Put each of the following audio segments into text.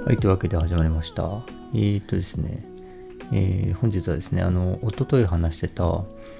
はい、というわけで始まりました。ですね、本日はですね、一昨日話してた、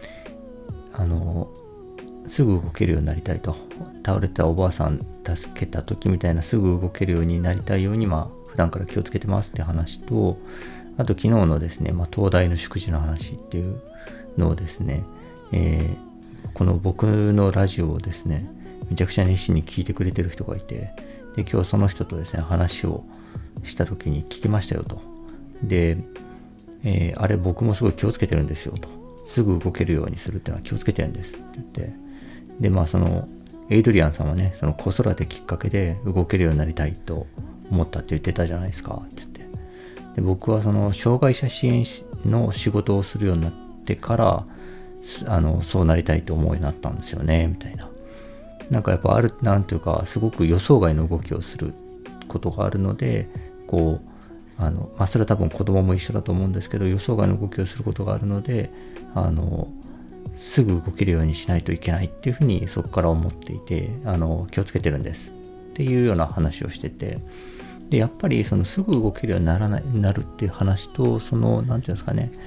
すぐ動けるようになりたいと。倒れたおばあさん助けた時みたいなすぐ動けるようになりたいように、普段から気をつけてますって話と、あと昨日のですね、東大の祝辞の話っていうのをですね、この僕のラジオをですね、めちゃくちゃ熱心に聞いてくれてる人がいて、で、今日その人とですね、話をした時に聞きましたよと。で、あれ僕もすごい気をつけてるんですよと。すぐ動けるようにするっていうのは気をつけてるんですって言って。で、その、エイドリアンさんはね、その子育てきっかけで動けるようになりたいと思ったって言ってたじゃないですかって言って。で、僕はその、障害者支援の仕事をするようになってから、そうなりたいと思うようになったんですよね、みたいな。なんかやっぱなんていうか、すごく予想外の動きをすることがあるので、こう、それは多分子供も一緒だと思うんですけど、予想外の動きをすることがあるので、すぐ動けるようにしないといけないっていうふうにそこから思っていて、気をつけてるんですっていうような話をしてて、で、やっぱりそのすぐ動けるようになるっていう話と、その、なんていうんですかね、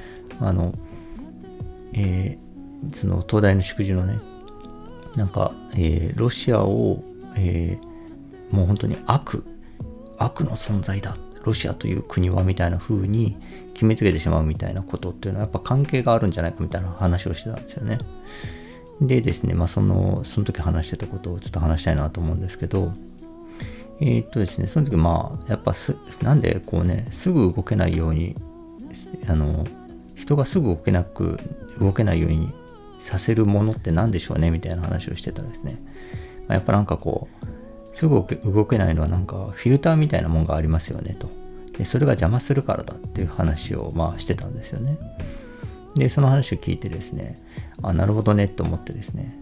その東大の祝辞のね、なんか、ロシアを、もう本当に悪の存在だ、ロシアという国はみたいな風に決めつけてしまうみたいなことっていうのはやっぱ関係があるんじゃないかみたいな話をしてたんですよね。でですね、その時話してたことをちょっと話したいなと思うんですけど、ですね、その時やっぱなんでこうね、すぐ動けないように、人がすぐ動けないようにさせるものって何でしょうねみたいな話をしてたらですね、やっぱなんかこうすぐ動けないのはなんかフィルターみたいなもんがありますよねと。で、それが邪魔するからだっていう話をしてたんですよね。で、その話を聞いてですね、なるほどねと思ってですね、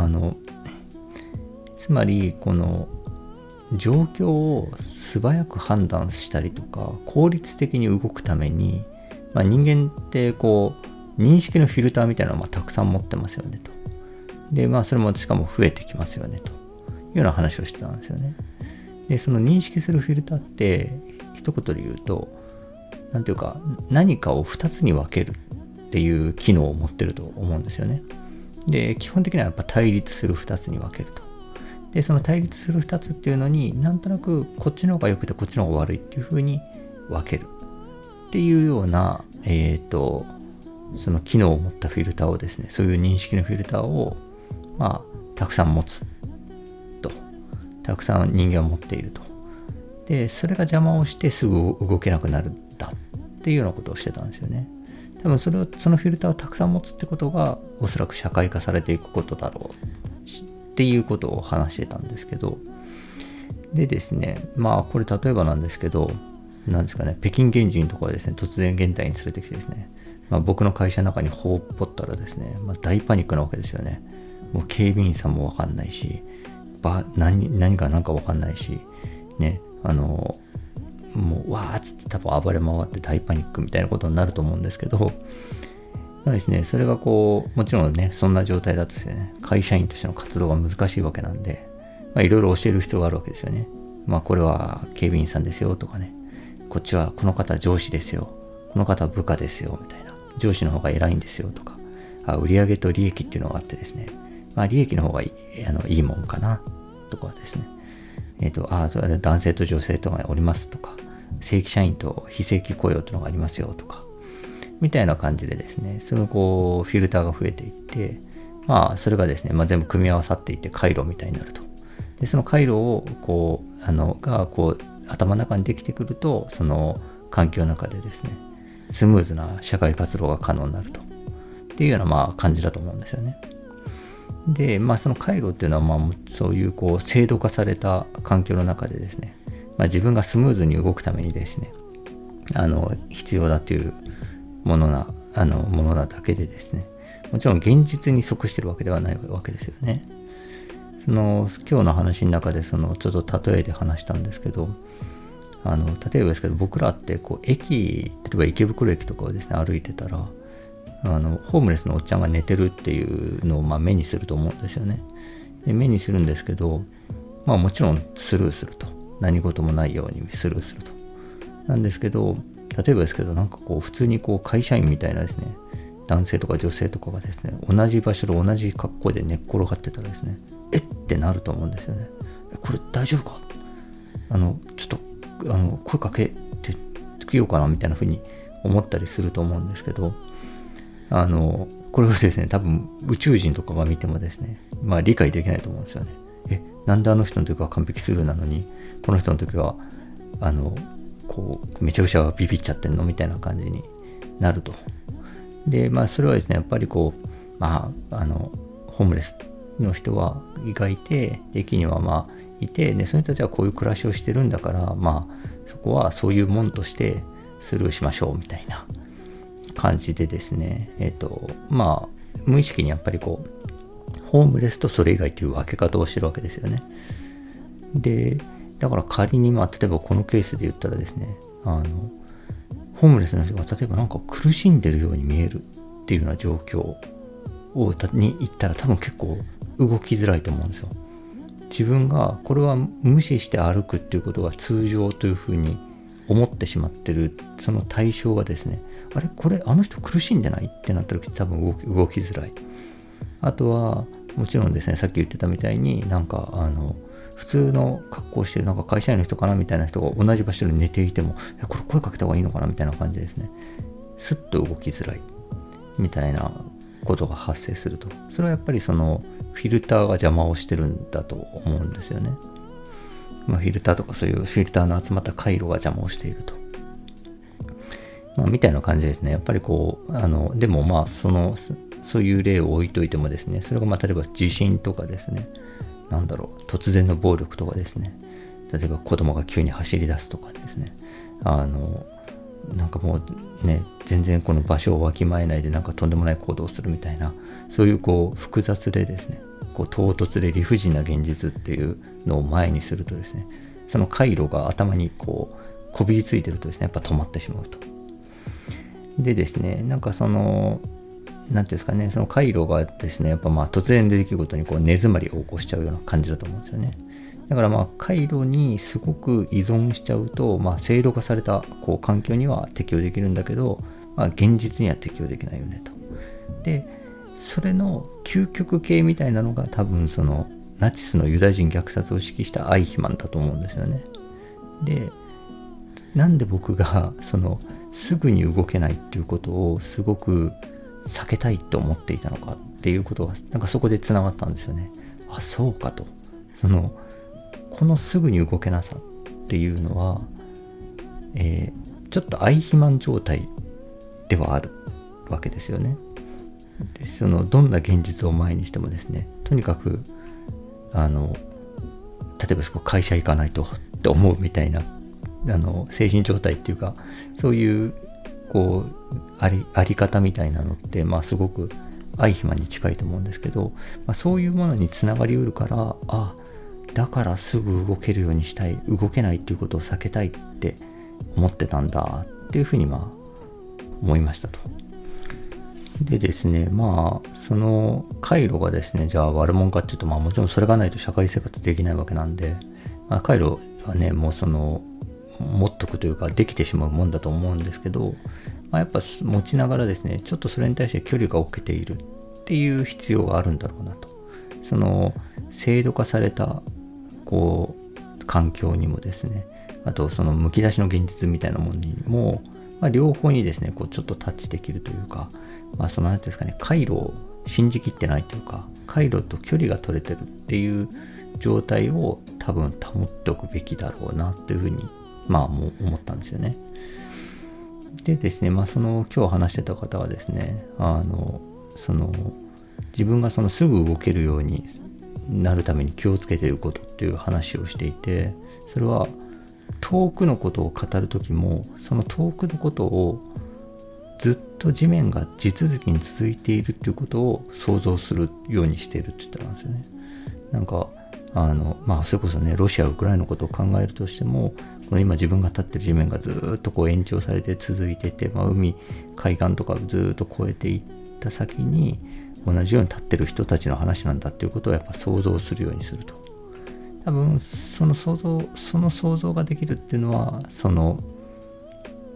つまりこの状況を素早く判断したりとか効率的に動くために、人間ってこう認識のフィルターみたいなのをたくさん持ってますよねと。で、それもしかも増えてきますよねというような話をしてたんですよね。で、その認識するフィルターって一言で言うと、なんていうか、何かを2つに分けるっていう機能を持ってると思うんですよね。で、基本的にはやっぱ対立する2つに分けると。で、その対立する2つっていうのに、なんとなくこっちの方が良くてこっちの方が悪いっていう風に分けるっていうような、その機能を持ったフィルターをですね、そういう認識のフィルターを、たくさん持つと。たくさん人間は持っていると。で、それが邪魔をしてすぐ動けなくなるんだっていうようなことをしてたんですよね。多分そのフィルターをたくさん持つってことが、おそらく社会化されていくことだろうっていうことを話してたんですけど、でですね、これ例えばなんですけど、なんですかね、北京原人とかはですね、突然現代に連れてきてですね、僕の会社の中に放っぽったらですね、大パニックなわけですよね。もう警備員さんもわかんないし、何が何かわかんないし、ね、もうわーっつって多分暴れ回って大パニックみたいなことになると思うんですけど、ですね、それがこう、もちろんね、そんな状態だとしてね、会社員としての活動が難しいわけなんで、いろいろ教える必要があるわけですよね。これは警備員さんですよとかね、こっちはこの方上司ですよ、この方は部下ですよみたいな、上司の方が偉いんですよとか、売上と利益っていうのがあってですね、利益の方がいいもんかなとかですね、それで男性と女性とかおりますとか、正規社員と非正規雇用というのがありますよとか、みたいな感じでですね、そのこうフィルターが増えていって、それがですね、全部組み合わさっていって回路みたいになると。で、その回路をこう頭の中にできてくると、その環境の中でですね、スムーズな社会活動が可能になるとっていうような感じだと思うんですよね。で、その回路っていうのはそういうこう制度化された環境の中でですね、自分がスムーズに動くためにですね、必要だというものなだけでですね、もちろん現実に即してるわけではないわけですよね。今日の話の中でちょっと例えで話したんですけど、例えばですけど、僕らってこう例えば池袋駅とかをですね歩いてたら、ホームレスのおっちゃんが寝てるっていうのを目にすると思うんですよね。で、目にするんですけど、もちろんスルーすると、何事もないようにスルーすると。 なんですけど、例えばですけど、なんかこう普通にこう会社員みたいなですね、男性とか女性とかがですね、同じ場所で同じ格好で寝っ転がってたらですね、えってなると思うんですよね。これ大丈夫か、ちょっと声かけてきようかなみたいな風に思ったりすると思うんですけど、これをですね、多分宇宙人とかが見てもですね、まあ理解できないと思うんですよね。なんであの人の時は完璧スルーなのに、この人の時はこうめちゃくちゃビビっちゃってんのみたいな感じになると。で、まあそれはですね、やっぱりこう、まあホームレスの人がいて、駅にはまあいて、でその人たちはこういう暮らしをしてるんだから、まあそこはそういうもんとしてスルーしましょうみたいな感じでですね、まあ無意識にやっぱりこうホームレスとそれ以外という分け方をしてるわけですよね。で、だから仮にまあ例えばこのケースで言ったらですね、ホームレスの人が例えばなんか苦しんでるように見えるっていうような状況に行ったら多分結構動きづらいと思うんですよ。自分がこれは無視して歩くっていうことが通常というふうに思ってしまってるその対象がですね、あれこれあの人苦しんでないってなった時多分動きづらい。あとはもちろんですね、さっき言ってたみたいになんか普通の格好してるなんか会社員の人かなみたいな人が同じ場所で寝ていても、これ声かけた方がいいのかなみたいな感じですね、スッと動きづらいみたいなことが発生すると、それはやっぱりそのフィルターが邪魔をしてるんだと思うんですよね。まあ、フィルターとかそういうフィルターの集まった回路が邪魔をしていると、まあ、みたいな感じですね。やっぱりこうでもまあそういう例を置いといてもですね、それがまあ例えば地震とかですね、なんだろう、突然の暴力とかですね、例えば子供が急に走り出すとかですね、なんかもうね、全然この場所をわきまえないでなんかとんでもない行動をするみたいな、そういうこう複雑でですね、こう唐突で理不尽な現実っていうのを前にするとですね、その回路が頭にこうこびりついてるとですね、やっぱ止まってしまうと。でですね、なんかなんていうんですかね、その回路がですね、やっぱまあ突然の出来事にこう根詰まりを起こしちゃうような感じだと思うんですよね。だからまあ回路にすごく依存しちゃうと、まあ制度化されたこう環境には適用できるんだけど、まあ現実には適用できないよねと。で、それの究極系みたいなのが多分そのナチスのユダヤ人虐殺を指揮したアイヒマンだと思うんですよね。で、なんで僕がすぐに動けないっていうことをすごく避けたいと思っていたのかっていうことがなんかそこでつながったんですよね。あ、そうかと。このすぐに動けなさっていうのは、ちょっとアイヒマン状態ではあるわけですよね。でどんな現実を前にしてもですね、とにかく例えば会社行かないとって思うみたいな精神状態っていうか、そういうこうあり方みたいなのって、まあすごくアイヒマンに近いと思うんですけど、まあ、そういうものにつながりうるから、だからすぐ動けるようにしたい、動けないっていうことを避けたいって思ってたんだっていうふうにまあ思いましたと。でですね、まあその回路がですね、じゃあ悪者かっていうと、まあもちろんそれがないと社会生活できないわけなんで、まあ、回路はね、もう持っとくというかできてしまうもんだと思うんですけど、まあ、やっぱ持ちながらですね、ちょっとそれに対して距離が置けているっていう必要があるんだろうなと。制度化されたこう環境にもですね、あとむき出しの現実みたいなものにも、まあ、両方にですね、こうちょっとタッチできるというか、まあなんていうんですかね、回路を信じきってないというか、回路と距離が取れてるっていう状態を多分保っておくべきだろうなっていうふうにまあ思ったんですよね。でですね、まあ今日話してた方はですね、自分がすぐ動けるようになるために気をつけていることっていう話をしていて、それは遠くのことを語るときも、その遠くのことをずっと地面が地続きに続いているっていうことを想像するようにしているって言ってたんですよね。なんかまあそれこそね、ロシアウクライナのことを考えるとしても、この今自分が立ってる地面がずっとこう延長されて続いてて、まあ、海岸とかをずっと越えていった先に同じように立ってる人たちの話なんだっていうことをやっぱ想像するようにすると。多分その想像ができるっていうのは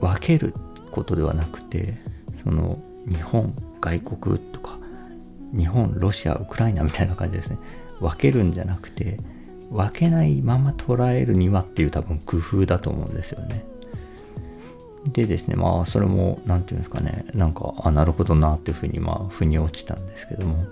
分けることではなくて、その日本、外国とか、日本、ロシア、ウクライナみたいな感じですね。分けるんじゃなくて、分けないまま捉えるにはっていう多分工夫だと思うんですよね。でですね、まあそれもなんていうんですかね、なんかなるほどなっていうふうに腑に落ちたんですけども、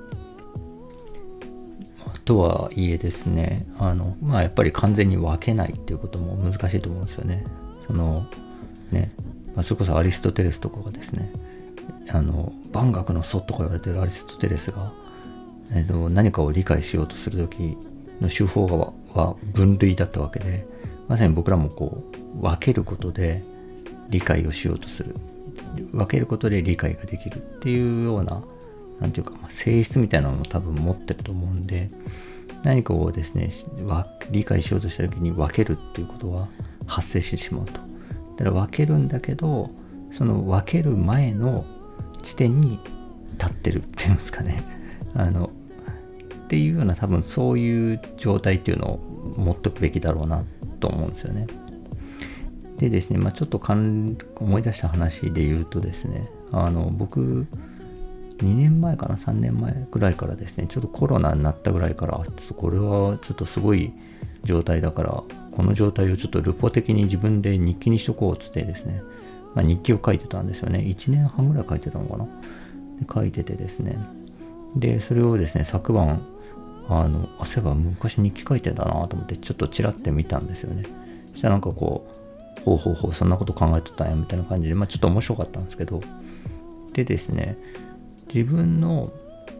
とはいえですね、やっぱり完全に分けないっていうことも難しいと思うんですよね。そのね、それこそアリストテレスとかがですね、万学の祖とか言われているアリストテレスが、何かを理解しようとする時の手法は分類だったわけで、まさに僕らもこう分けることで理解をしようとする、分けることで理解ができるっていうような、なんていうか、性質みたいなのも多分持ってると思うんで、何かをですね理解しようとした時に分けるっていうことは発生してしまうと。だから分けるんだけど、その分ける前の地点に立ってるっていうんですかね、っていうような、多分そういう状態っていうのを持っとくべきだろうなと思うんですよね。でですね、ちょっと思い出した話で言うとですね、僕2年前かな、3年前ぐらいからですね、ちょっとコロナになったぐらいから、ちょっとこれはちょっとすごい状態だから、この状態をちょっとルポ的に自分で日記にしとこうっつってですね、日記を書いてたんですよね。1年半ぐらい書いてたのかな。で書いててですね、でそれをですね、昨晩そういえば昔日記書いてたなと思ってちょっとチラって見たんですよね。そしたらなんかこう、ほうそんなこと考えとったんやみたいな感じで、ちょっと面白かったんですけど、でですね、自分の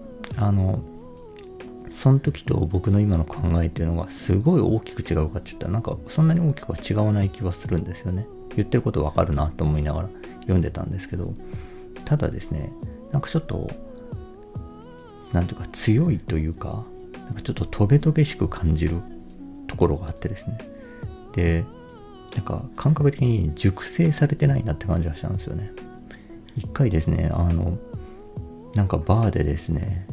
その時と僕の今の考えっていうのがすごい大きく違うかって言ったら、なんかそんなに大きくは違わない気はするんですよね。言ってることわかるなと思いながら読んでたんですけど、ただですね、なんかちょっとなんていうか強いというか、なんかちょっとトゲトゲしく感じるところがあってですね、でなんか感覚的に熟成されてないなって感じがしたんですよね。一回ですね、なんかバーでですね、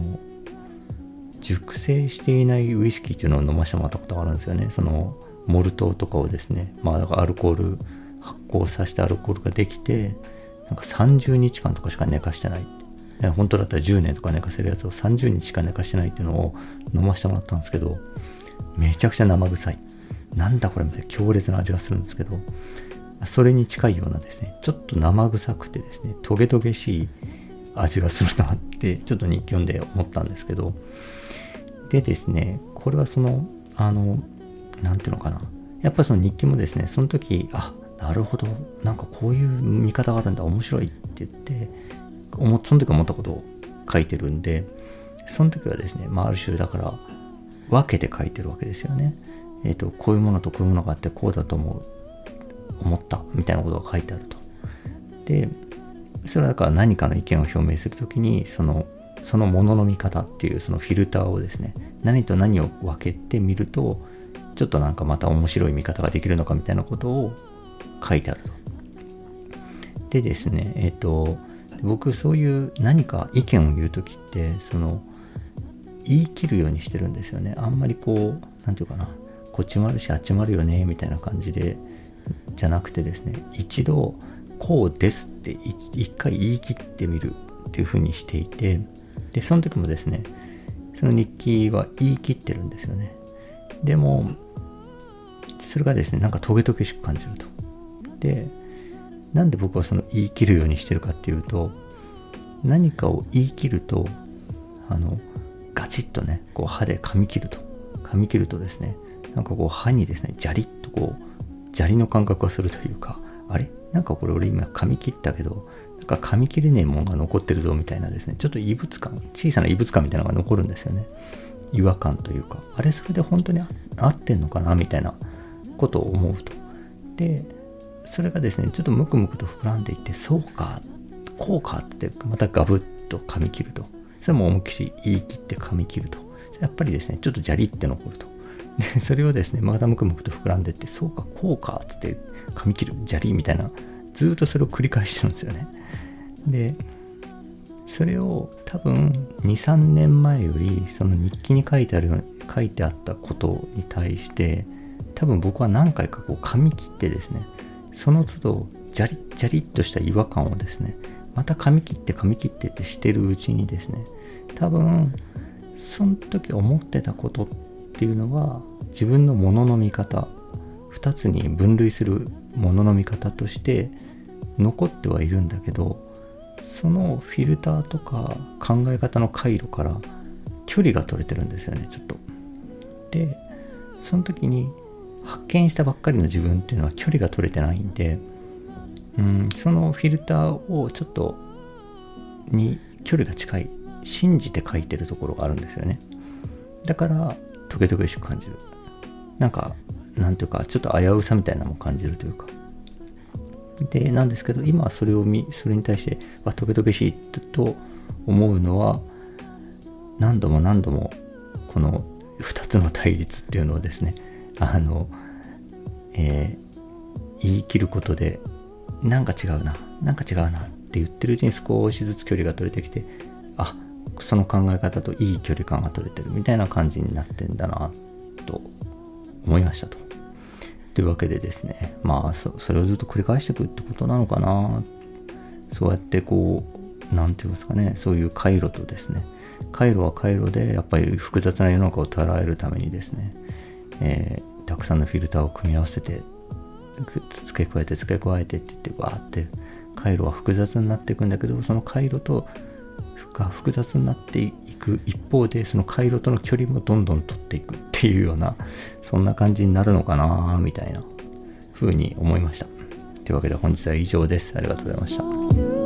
熟成していないウイスキーっていうのを飲ませてもらったことがあるんですよね。そのモルトとかをですね、だからアルコール、発酵させたアルコールができて、なんか30日間とかしか寝かしてない。本当だったら10年とか寝かせるやつを30日しか寝かしてないっていうのを飲ませてもらったんですけど、めちゃくちゃ生臭い。なんだこれみたいな強烈な味がするんですけど、それに近いようなですね、ちょっと生臭くてですね、トゲトゲしい味がするなってちょっと日記読んで思ったんですけど、でですね、これはそのなんていうのかな、やっぱその日記もですね、その時なるほど、なんかこういう見方があるんだ、面白いって言ってその時思ったことを書いてるんで、その時はですね、ある種だから分けて書いてるわけですよね。こういうものとこういうものがあってこうだと思ったみたいなことが書いてあると。でそれはだから何かの意見を表明するときにそのものの見方っていうそのフィルターをですね、何と何を分けてみるとちょっとなんかまた面白い見方ができるのかみたいなことを書いてあると。でですね、僕そういう何か意見を言うときって言い切るようにしてるんですよね。あんまりこうなんていうかな、こっちもあるしあっちもあるよねみたいな感じでじゃなくてですね、一度こうですって一回言い切ってみるっていう風にしていて、でその時もですね、その日記は言い切ってるんですよね。でもそれがですね、なんかトゲトゲしく感じると。でなんで僕はその言い切るようにしてるかっていうと、何かを言い切るとガチッとね、こう歯で噛み切るとですね、なんかこう歯にですね、ジャリッとこう砂利の感覚がするというか、あれなんかこれ俺今噛み切ったけど、なんか噛み切れねえもんが残ってるぞみたいなですね、ちょっと異物感、小さな異物感みたいなのが残るんですよね。違和感というか、あれそれで本当に合ってんのかなみたいなことを思うと。でそれがですね、ちょっとムクムクと膨らんでいって、そうかこうかってまたガブッと噛み切ると、それも思いっきり言い切って噛み切ると、やっぱりですね、ちょっとジャリって残ると。でそれをですね、またムクムクと膨らんでいって、そうかこうかっつって噛み切る、ジャリみたいな、ずっとそれを繰り返してるんですよね。でそれを多分 2,3 年前よりその日記に書いてあったことに対して、多分僕は何回かこう噛み切ってですね、 その都度ジャリッジャリッとした違和感をですね、また髪切ってってしてるうちにですね、多分その時思ってたことっていうのは、自分のものの見方、2つに分類するものの見方として残ってはいるんだけど、そのフィルターとか考え方の回路から距離が取れてるんですよね、ちょっと。で、その時に発見したばっかりの自分っていうのは距離が取れてないんで、そのフィルターをちょっとに距離が近い、信じて書いてるところがあるんですよね。だからトゲトゲしく感じる。なんていうか、ちょっと危うさみたいなのも感じるというか。で、なんですけど、今はそれに対してトゲトゲしいと思うのは、何度もこの2つの対立っていうのをですね、言い切ることで、なんか違うなって言ってるうちに少しずつ距離が取れてきて、その考え方といい距離感が取れてるみたいな感じになってんだなと思いましたと。というわけでですね、それをずっと繰り返していくってことなのかな。そうやってなんていうんですかね、そういう回路とですね、回路は回路でやっぱり複雑な世の中を捉えるためにですね、たくさんのフィルターを組み合わせて付け加えてって言ってバーって回路は複雑になっていくんだけど、その回路とが複雑になっていく一方で、その回路との距離もどんどん取っていくっていうような、そんな感じになるのかなみたいな風に思いました。というわけで本日は以上です。ありがとうございました。